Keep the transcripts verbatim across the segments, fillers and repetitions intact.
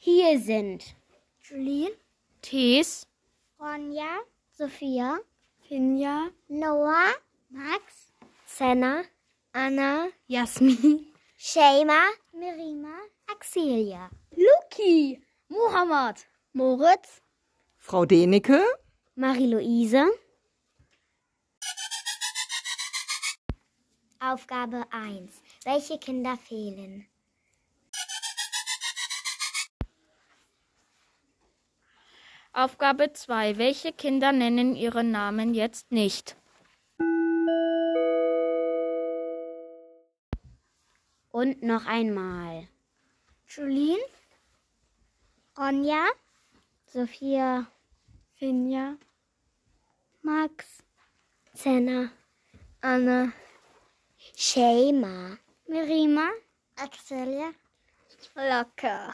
Hier sind Julien, Thes, Ronja, Sophia, Finja, Noah, Max, Senna, Anna, Jasmin, Sheima, Mirima, Axilia, Luki, Mohammed, Moritz, Frau Denecke, Marie-Louise. Aufgabe eins. Welche Kinder fehlen? Aufgabe zwei. Welche Kinder nennen ihre Namen jetzt nicht? Und noch einmal. Julien, Ronja, Sophia, Finja, Max, Senna, Anna, Sheima, Mirima, Axilia, Locker,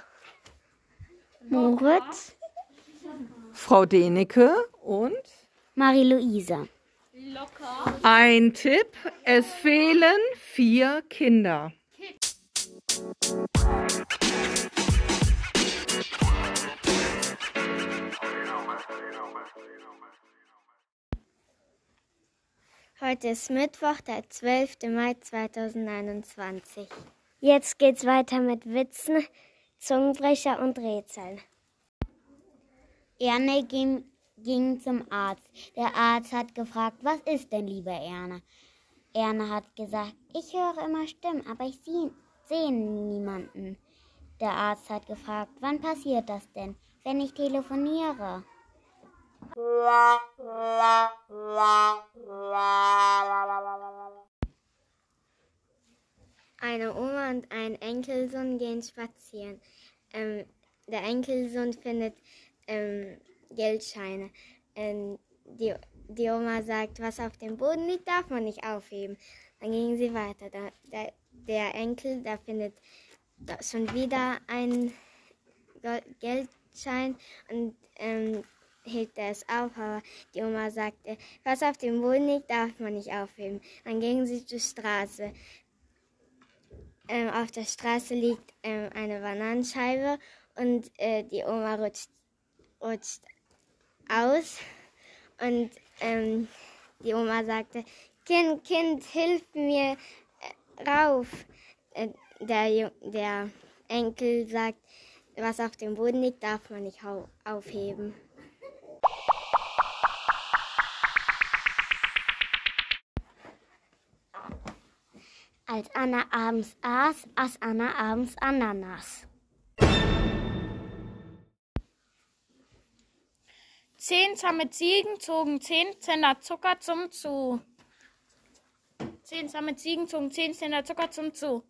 Moritz, Frau Denecke und Marie-Louise. ein Tipp, es fehlen vier Kinder. Heute ist Mittwoch, der zwölfte Mai zweitausendeinundzwanzig. Jetzt geht's weiter mit Witzen, Zungenbrecher und Rätseln. Erne ging, ging zum Arzt. Der Arzt hat gefragt, was ist denn, liebe Erne? Erne hat gesagt, ich höre immer Stimmen, aber ich sehe seh niemanden. Der Arzt hat gefragt, wann passiert das denn, wenn ich telefoniere? Eine Oma und ein Enkelsohn gehen spazieren. Ähm, der Enkelsohn findet ähm, Geldscheine. Ähm, die, die Oma sagt, was auf dem Boden liegt, darf man nicht aufheben. Dann gingen sie weiter. Da, der, der Enkel, der findet da schon wieder einen Geldschein und ähm, hebt er es auf, aber die Oma sagte, was auf dem Boden liegt, darf man nicht aufheben. Dann gingen sie zur Straße. Ähm, auf der Straße liegt ähm, eine Bananenscheibe und äh, die Oma rutscht, rutscht aus und ähm, die Oma sagte, Kind, Kind, hilf mir äh, rauf. Äh, der, der Enkel sagt, was auf dem Boden liegt, darf man nicht aufheben. Als Anna abends aß, aß Anna abends Ananas. Zehn zahme Ziegen zogen zehn Zentner Zucker zum Zoo. Zehn zahme Ziegen zogen zehn Zentner Zucker zum Zoo.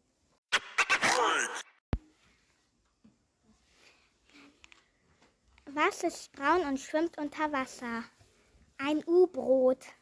Was ist braun und schwimmt unter Wasser? Ein U-Boot.